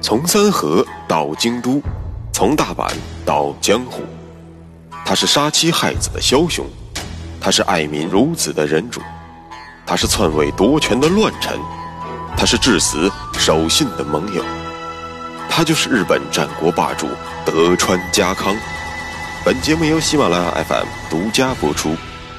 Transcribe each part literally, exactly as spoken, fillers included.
从三河到京都，从大阪到江湖，他是杀妻害子的枭雄，他是爱民如子的仁主，他是篡位夺权的乱臣，他是至死守信的盟友，他就是日本战国霸主德川家康。本节目由喜马拉雅 F M 独家播出。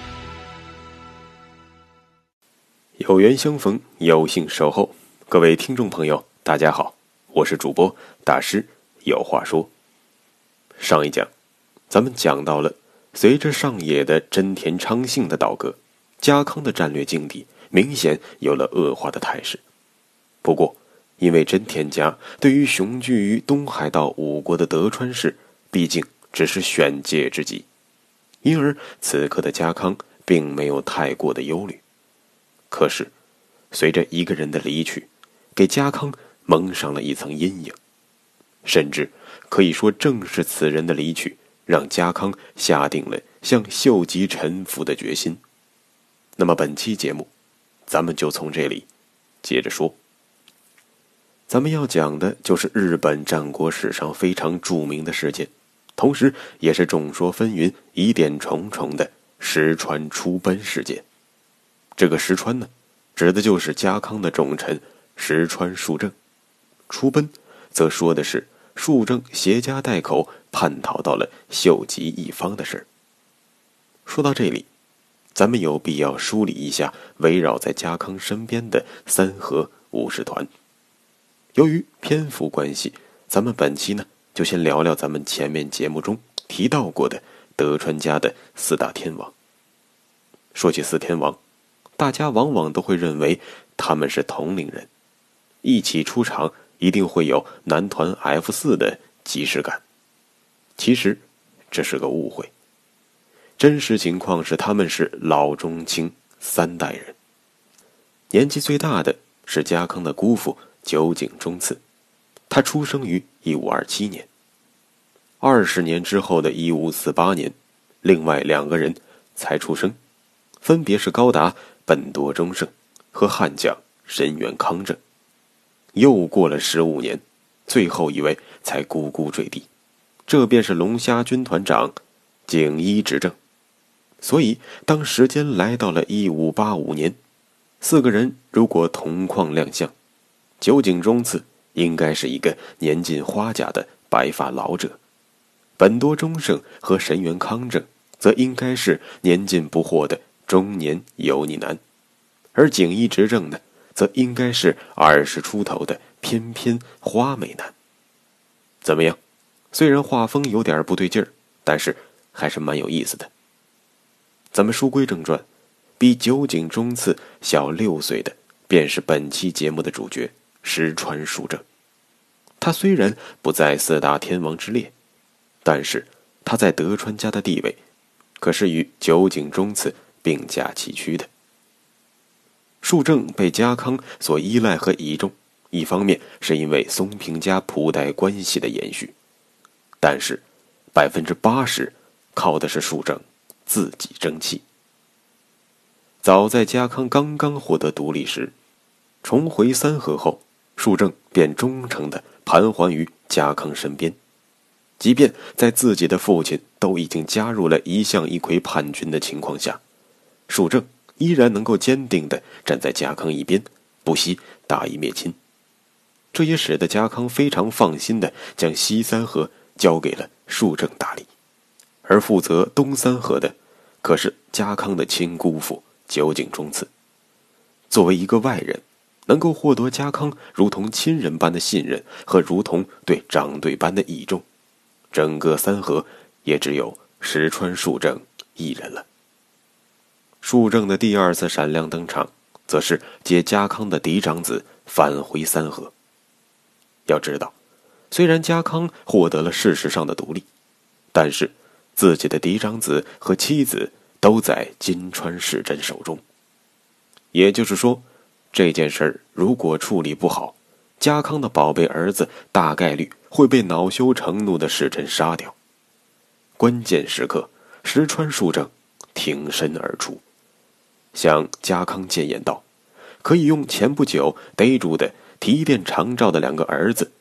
有缘相逢，有幸守候，各位听众朋友大家好，我是主播大师，有话说。上一讲咱们讲到了，随着上野的真田昌幸的倒戈，家康的战略境地明显有了恶化的态势。不过因为真田家对于雄踞于东海道五国的德川氏毕竟只是选界之计，因而此刻的家康并没有太过的忧虑。可是随着一个人的离去，给家康蒙上了一层阴影，甚至可以说正是此人的离去，让家康下定了向秀吉臣服的决心。那么本期节目咱们就从这里接着说。咱们要讲的就是日本战国史上非常著名的事件，同时也是众说纷纭、疑点重重的石川出奔事件。这个石川呢，指的就是家康的重臣石川树正。出奔则说的是树正携家带口叛逃到了秀吉一方的事儿。说到这里，咱们有必要梳理一下围绕在家康身边的三河武士团。由于篇幅关系，咱们本期呢就先聊聊咱们前面节目中提到过的德川家的四大天王。说起四天王，大家往往都会认为他们是同龄人，一起出场一定会有男团 F 四 的即视感。其实这是个误会，真实情况是他们是老中青三代人。年纪最大的是家康的姑父酒井忠次，他出生于一五二七年。二十年之后的一五四八年，另外两个人才出生，分别是高达本多忠胜和悍将神原康正。又过了十五年，最后一位才咕咕坠地，这便是龙虾军团长井伊直政。所以当时间来到了一五八五年，四个人如果同框亮相，酒井忠次应该是一个年近花甲的白发老者，本多忠胜和神原康正则应该是年近不惑的中年油腻男，而井伊直政呢，则应该是二十出头的翩翩花美男。怎么样？虽然画风有点不对劲儿，但是还是蛮有意思的。咱们书归正传，比酒井忠次小六岁的便是本期节目的主角石川树正。他虽然不在四大天王之列，但是他在德川家的地位可是与酒井忠次并驾齐驱的。树正被家康所依赖和倚重，一方面是因为松平家谱代关系的延续，但是百分之八十靠的是树正自己争气。早在家康刚刚获得独立时，重回三河后，树正便忠诚地盘桓于家康身边。即便在自己的父亲都已经加入了一向一揆叛军的情况下，树正依然能够坚定地站在家康一边，不惜大义灭亲。这也使得家康非常放心地将西三河交给了树正打理，而负责东三河的可是家康的亲姑父酒井忠次。作为一个外人，能够获得家康如同亲人般的信任和如同对长辈般的倚重，整个三河也只有石川树正一人了。树正的第二次闪亮登场，则是接家康的嫡长子返回三河。要知道，虽然家康获得了事实上的独立，但是自己的嫡长子和妻子都在金川世真手中。也就是说，这件事儿如果处理不好，家康的宝贝儿子大概率会被恼羞成怒的世真杀掉。关键时刻，石川树正挺身而出，向家康谏言道，可以用前不久逮住的提电长照的两个儿子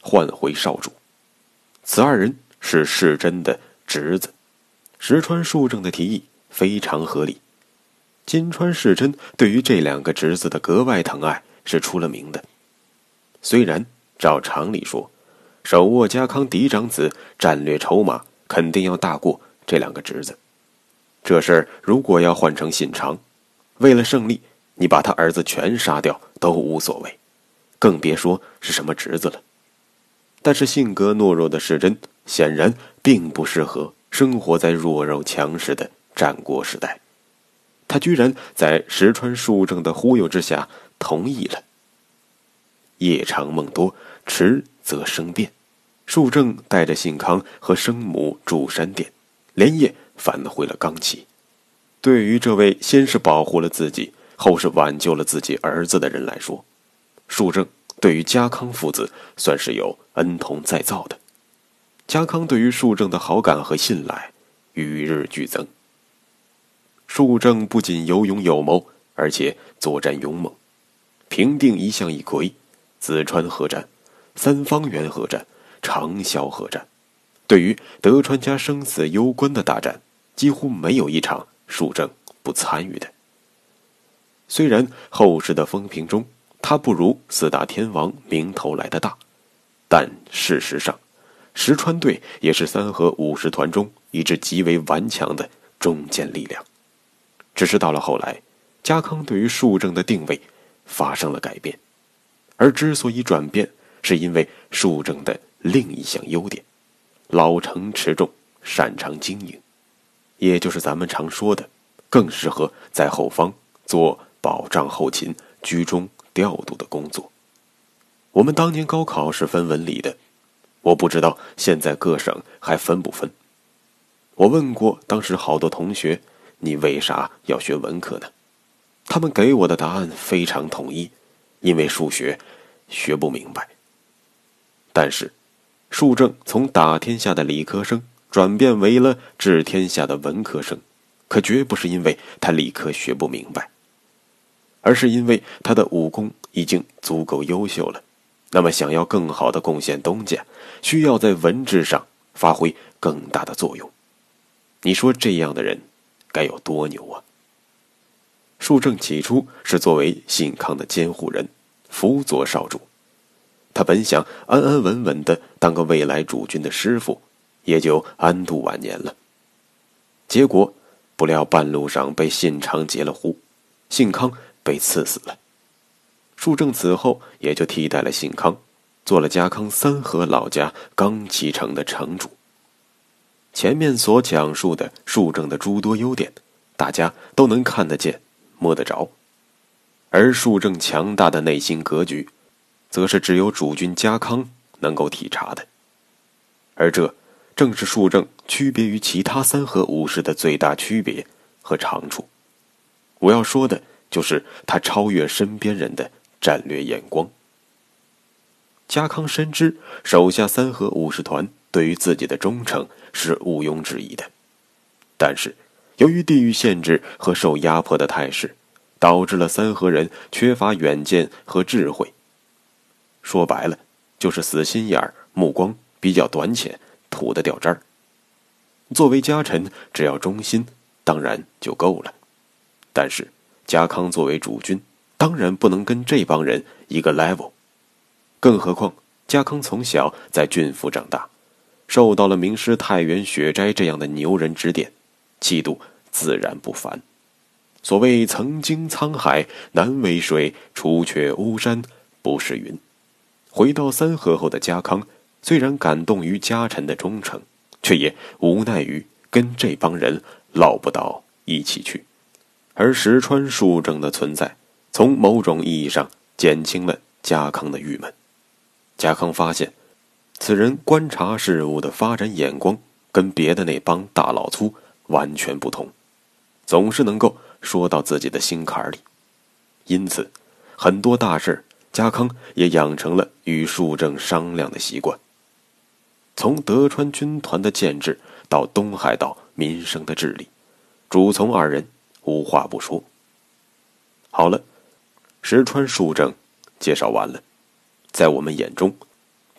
换回少主。此二人是世珍的侄子，石川树正的提议非常合理。金川世珍对于这两个侄子的格外疼爱是出了名的。虽然照常理说，手握家康嫡长子战略筹码肯定要大过这两个侄子，这事儿如果要换成信长，为了胜利你把他儿子全杀掉都无所谓，更别说是什么侄子了。但是性格懦弱的世珍显然并不适合生活在弱肉强食的战国时代，他居然在石川树正的忽悠之下同意了。夜长梦多，迟则生变。树正带着信康和生母住山殿，连夜返回了冈崎。对于这位先是保护了自己，后是挽救了自己儿子的人来说，树正对于家康父子算是有恩同再造的。家康对于树正的好感和信赖与日俱增。树正不仅有勇有谋，而且作战勇猛，平定一向一揆、淄川合战、三方原合战、长筱合战，对于德川家生死攸关的大战，几乎没有一场树正不参与的。虽然后世的风评中他不如四大天王名头来的大，但事实上石川队也是三河武士团中一支极为顽强的中坚力量。只是到了后来，家康对于树正的定位发生了改变，而之所以转变，是因为树正的另一项优点：老成持重，擅长经营，也就是咱们常说的，更适合在后方做保障后勤、居中调度的工作。我们当年高考是分文理的，我不知道现在各省还分不分。我问过当时好多同学，你为啥要学文科呢？他们给我的答案非常统一，因为数学学不明白。但是树正从打天下的理科生转变为了治天下的文科生，可绝不是因为他理科学不明白，而是因为他的武功已经足够优秀了。那么想要更好的贡献东家，需要在文治上发挥更大的作用。你说这样的人该有多牛啊！树正起初是作为信康的监护人，辅佐少主。他本想安安稳稳的当个未来主君的师傅，也就安度晚年了。结果不料半路上被信长截了胡，信康被赐死了。树正此后也就替代了信康，做了家康三河老家冈崎城的城主。前面所讲述的树正的诸多优点，大家都能看得见摸得着，而树正强大的内心格局，则是只有主君家康能够体察的。而这正是树正区别于其他三河武士的最大区别和长处。我要说的就是他超越身边人的战略眼光。家康深知手下三河武士团对于自己的忠诚是毋庸置疑的，但是由于地域限制和受压迫的态势，导致了三河人缺乏远见和智慧。说白了就是死心眼儿，目光比较短浅，土的掉渣儿。作为家臣，只要忠心当然就够了，但是家康作为主君，当然不能跟这帮人一个 level。 更何况家康从小在郡府长大，受到了名师太原雪斋这样的牛人指点，气度自然不凡。所谓曾经沧海难为水，除却巫山不是云。回到三河后的家康，虽然感动于家臣的忠诚，却也无奈于跟这帮人落不到一起去。而石川树正的存在，从某种意义上减轻了家康的郁闷。家康发现此人观察事物的发展眼光跟别的那帮大老粗完全不同，总是能够说到自己的心坎里。因此很多大事家康也养成了与树正商量的习惯。从德川军团的建制到东海道民生的治理，主从二人无话不说。好了，石川树正介绍完了。在我们眼中，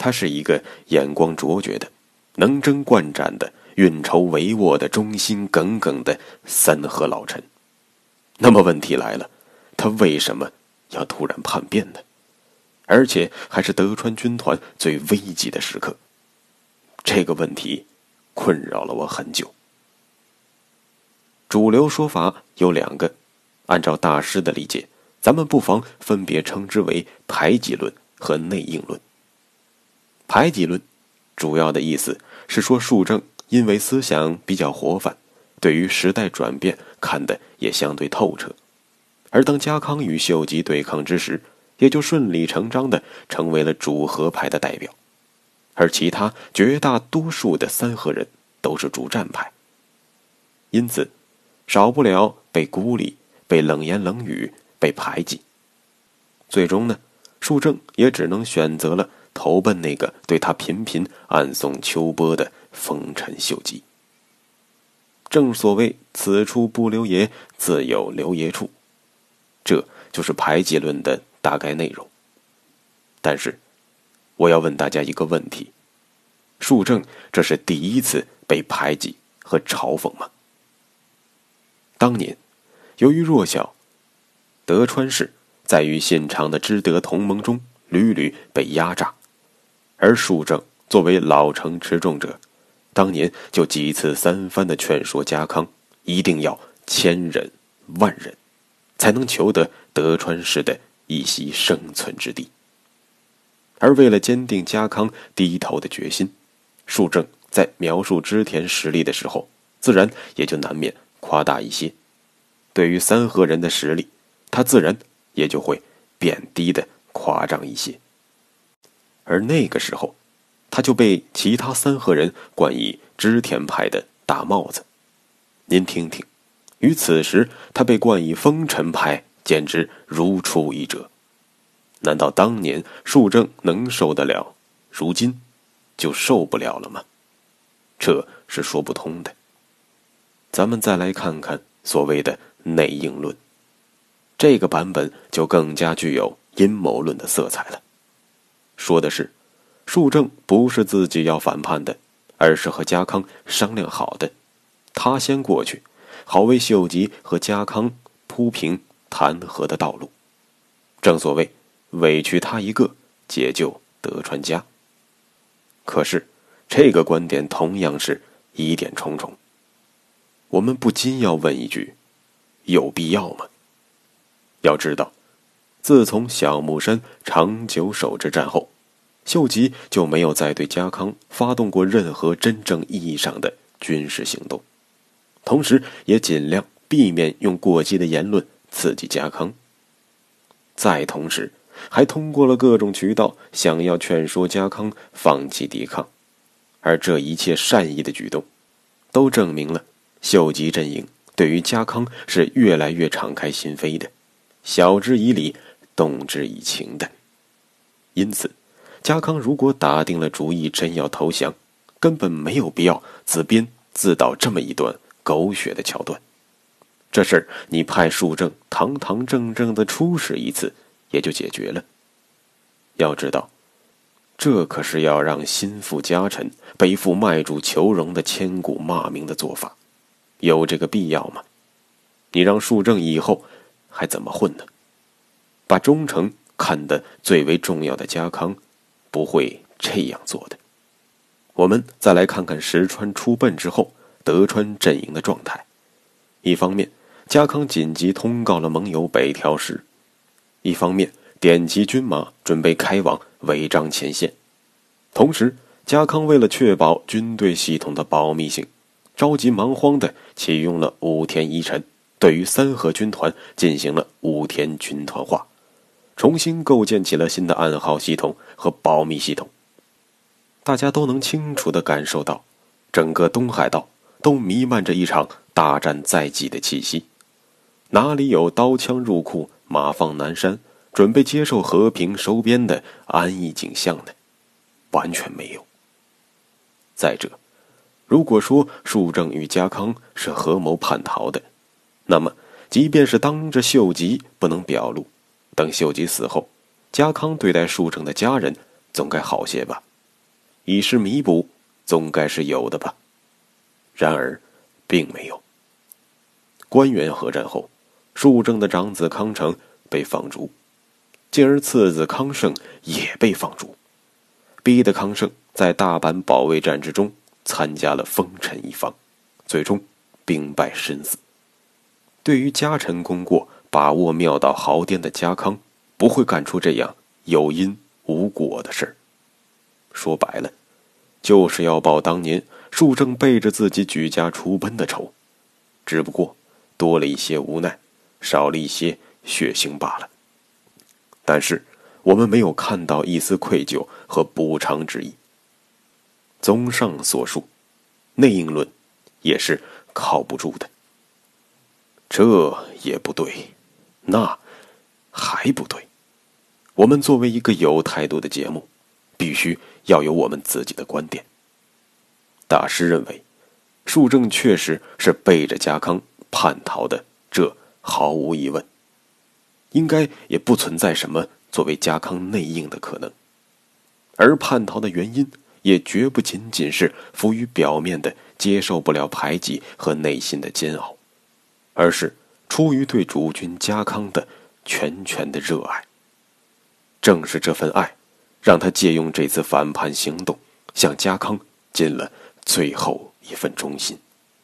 他是一个眼光卓绝的、能征惯战的、运筹帷幄的、忠心耿耿的三河老臣。那么问题来了，他为什么要突然叛变呢？而且还是德川军团最危急的时刻。这个问题困扰了我很久。主流说法有两个，按照大师的理解，咱们不妨分别称之为排挤论和内应论。排挤论主要的意思是说，树正因为思想比较活泛，对于时代转变看得也相对透彻，而当家康与秀吉对抗之时，也就顺理成章地成为了主和派的代表，而其他绝大多数的三河人都是主战派，因此少不了被孤立、被冷言冷语、被排挤。最终呢，树正也只能选择了投奔那个对他频频暗送秋波的丰臣秀吉。正所谓此处不留爷，自有留爷处，这就是排挤论的大概内容。但是我要问大家一个问题，树正这是第一次被排挤和嘲讽吗？当年由于弱小，德川氏在与信长的知德同盟中屡屡被压榨，而树正作为老成持重者，当年就几次三番的劝说家康一定要千忍万忍，才能求得德川氏的一席生存之地。而为了坚定家康低头的决心，树正在描述织田实力的时候，自然也就难免夸大一些。对于三河人的实力，他自然也就会贬低的夸张一些。而那个时候，他就被其他三河人冠以织田派的大帽子。您听听，与此时他被冠以丰臣派简直如出一辙。难道当年树正能受得了，如今就受不了了吗？这是说不通的。咱们再来看看所谓的内应论，这个版本就更加具有阴谋论的色彩了。说的是树正不是自己要反叛的，而是和家康商量好的，他先过去，好为秀吉和家康铺平弹劾的道路。正所谓委屈他一个，解救德川家。可是这个观点同样是疑点重重。我们不禁要问一句，有必要吗？要知道，自从小木山长久手之战后，秀吉就没有再对家康发动过任何真正意义上的军事行动，同时也尽量避免用过激的言论刺激家康。再同时还通过了各种渠道想要劝说家康放弃抵抗，而这一切善意的举动都证明了秀吉阵营对于家康是越来越敞开心扉的，晓之以理，动之以情的。因此家康如果打定了主意真要投降，根本没有必要自编自导这么一段狗血的桥段。这事儿你派树正堂堂正正的出使一次也就解决了。要知道，这可是要让心腹家臣背负卖主求荣的千古骂名的做法，有这个必要吗？你让树正以后还怎么混呢？把忠诚看得最为重要的家康不会这样做的。我们再来看看石川出奔之后德川阵营的状态。一方面，家康紧急通告了盟友北条氏；一方面，点齐军马准备开往违章前线。同时，家康为了确保军队系统的保密性，着急忙慌地启用了武田一臣，对于三河军团进行了武田军团化，重新构建起了新的暗号系统和保密系统。大家都能清楚地感受到，整个东海道都弥漫着一场大战在即的气息。哪里有刀枪入库、马放南山，准备接受和平收编的安逸景象呢？完全没有。再者，如果说树正与家康是合谋叛逃的，那么即便是当着秀吉不能表露，等秀吉死后，家康对待树正的家人总该好些吧？ 以示弥补，总该是有的吧。然而，并没有。官员合战后，庶正的长子康成被放逐，进而次子康胜也被放逐，逼得康胜在大阪保卫战之中参加了丰臣一方，最终兵败身死。对于家臣功过把握妙到毫巅的家康，不会干出这样有因无果的事儿。说白了，就是要报当年庶正背着自己举家出奔的仇，只不过多了一些无奈，少了一些血腥罢了。但是我们没有看到一丝愧疚和补偿之意。综上所述，内应论也是靠不住的。这也不对，那还不对。我们作为一个有态度的节目，必须要有我们自己的观点。大师认为，庶正确实是背着家康叛逃的，这毫无疑问，应该也不存在什么作为家康内应的可能。而叛逃的原因也绝不仅仅是浮于表面的接受不了排挤和内心的煎熬，而是出于对主君家康的全权的热爱。正是这份爱，让他借用这次反叛行动，向家康尽了最后一份忠心。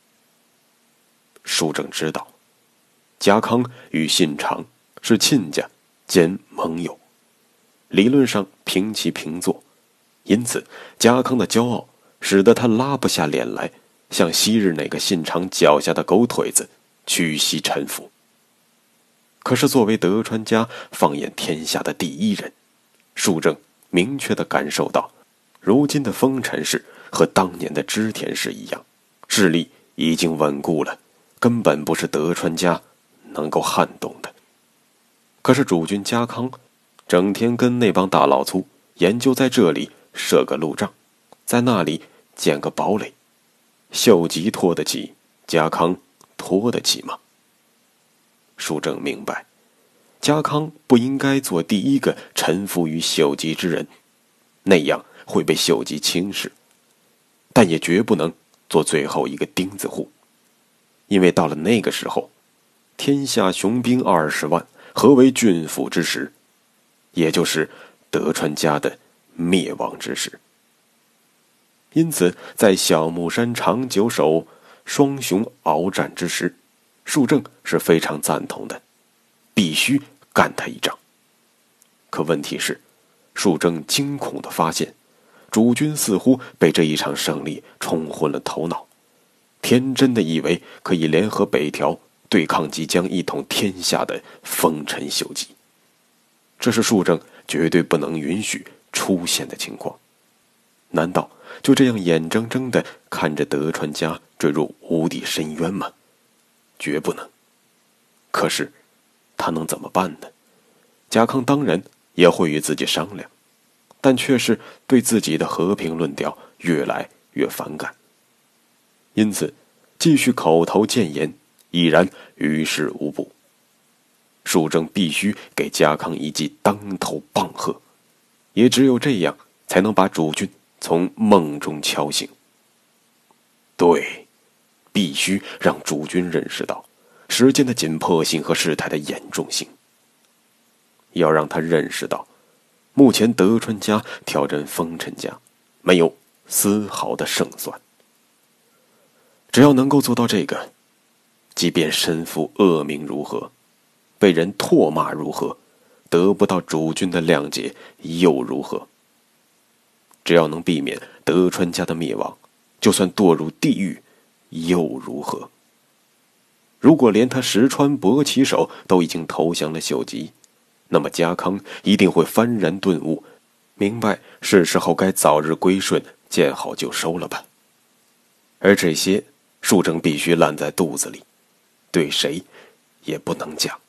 庶正知道，家康与信长是亲家兼盟友，理论上平起平坐，因此家康的骄傲使得他拉不下脸来向昔日那个信长脚下的狗腿子屈膝臣服。可是作为德川家放眼天下的第一人，庶正明确地感受到，如今的丰臣氏和当年的织田氏一样，势力已经稳固了，根本不是德川家能够撼动的。可是主君家康整天跟那帮大老粗研究在这里设个路障，在那里建个堡垒，秀吉拖得起，家康拖得起吗？庶正明白，家康不应该做第一个臣服于秀吉之人，那样会被秀吉轻视，但也绝不能做最后一个钉子户，因为到了那个时候，天下雄兵二十万，何为郡府之时，也就是德川家的灭亡之时。因此在小木山长久手双雄鏖战之时，庶正是非常赞同的，必须干他一仗。可问题是，庶正惊恐地发现，主君似乎被这一场胜利冲昏了头脑，天真的以为可以联合北条对抗即将一统天下的丰臣秀吉。这是庶正绝对不能允许出现的情况。难道就这样眼睁睁地看着德川家坠入无底深渊吗？绝不能。可是他能怎么办呢？家康当然也会与自己商量，但却是对自己的和平论调越来越反感，因此继续口头谏言已然于事无补。庶正必须给家康一记当头棒喝，也只有这样才能把主君从梦中敲醒。对，必须让主君认识到时间的紧迫性和事态的严重性，要让他认识到目前德川家挑战丰臣家没有丝毫的胜算。只要能够做到这个，即便身负恶名如何，被人唾骂如何，得不到主君的谅解又如何？只要能避免德川家的灭亡，就算堕入地狱又如何？如果连他石川伯旗手都已经投降了秀吉，那么家康一定会幡然顿悟，明白是时候该早日归顺，见好就收了吧。而这些庶正必须烂在肚子里，对谁也不能讲。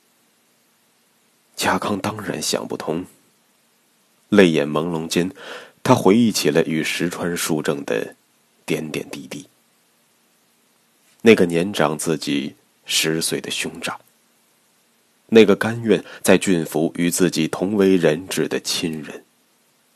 家康当然想不通，泪眼朦胧间，他回忆起了与石川庶正的点点滴滴。那个年长自己十岁的兄长，那个甘愿在郡府与自己同为人质的亲人，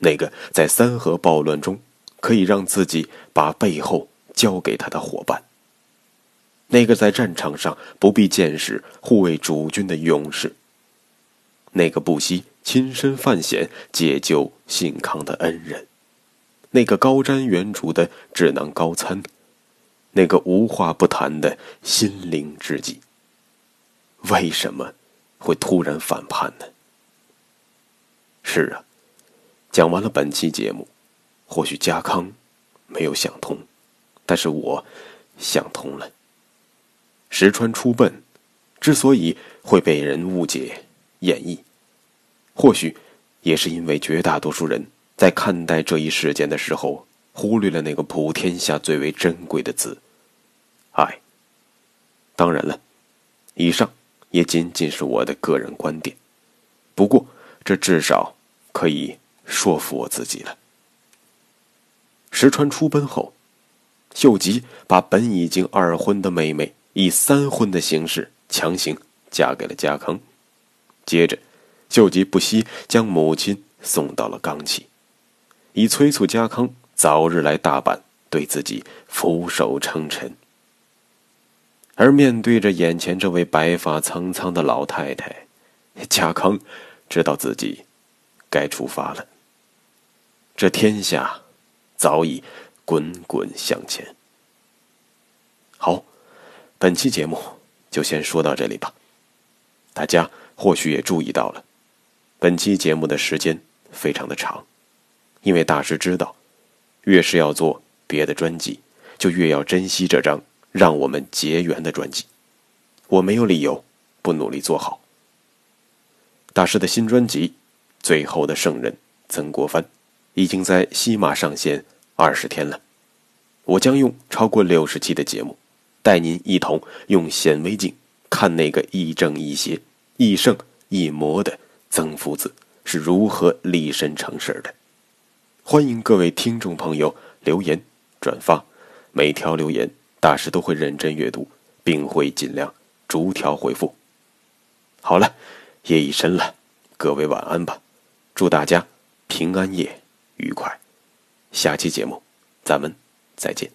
那个在三河暴乱中可以让自己把背后交给他的伙伴，那个在战场上不避见识护卫主君的勇士，那个不惜亲身犯险解救信康的恩人，那个高瞻远瞩的智囊高参，那个无话不谈的心灵知己，为什么会突然反叛呢？是啊，讲完了本期节目，或许家康没有想通，但是我想通了。石川出奔之所以会被人误解演绎，或许也是因为绝大多数人在看待这一事件的时候，忽略了那个普天下最为珍贵的字——爱。当然了，以上也仅仅是我的个人观点，不过这至少可以说服我自己了。石川出奔后，秀吉把本已经二婚的妹妹以三婚的形式强行嫁给了家康，接着秀吉不惜将母亲送到了冈崎，以催促家康早日来大阪对自己俯首称臣。而面对着眼前这位白发苍苍的老太太，家康知道自己该出发了。这天下早已滚滚向前。好，本期节目就先说到这里吧。大家或许也注意到了，本期节目的时间非常的长，因为大师知道，越是要做别的专辑，就越要珍惜这张让我们结缘的专辑。我没有理由不努力做好。大师的新专辑《最后的圣人》曾国藩已经在西马上线二十天了，我将用超过六十期的节目，带您一同用显微镜看那个亦正亦邪、亦圣亦魔的曾夫子是如何立身成事的。欢迎各位听众朋友留言转发，每条留言大师都会认真阅读，并会尽量逐条回复。好了，夜已深了，各位晚安吧，祝大家平安夜愉快，下期节目咱们再见。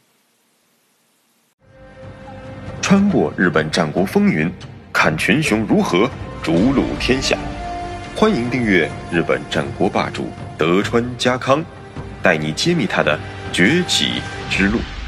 穿过日本战国风云，看群雄如何逐鹿天下。欢迎订阅日本战国霸主德川家康，带你揭秘他的崛起之路。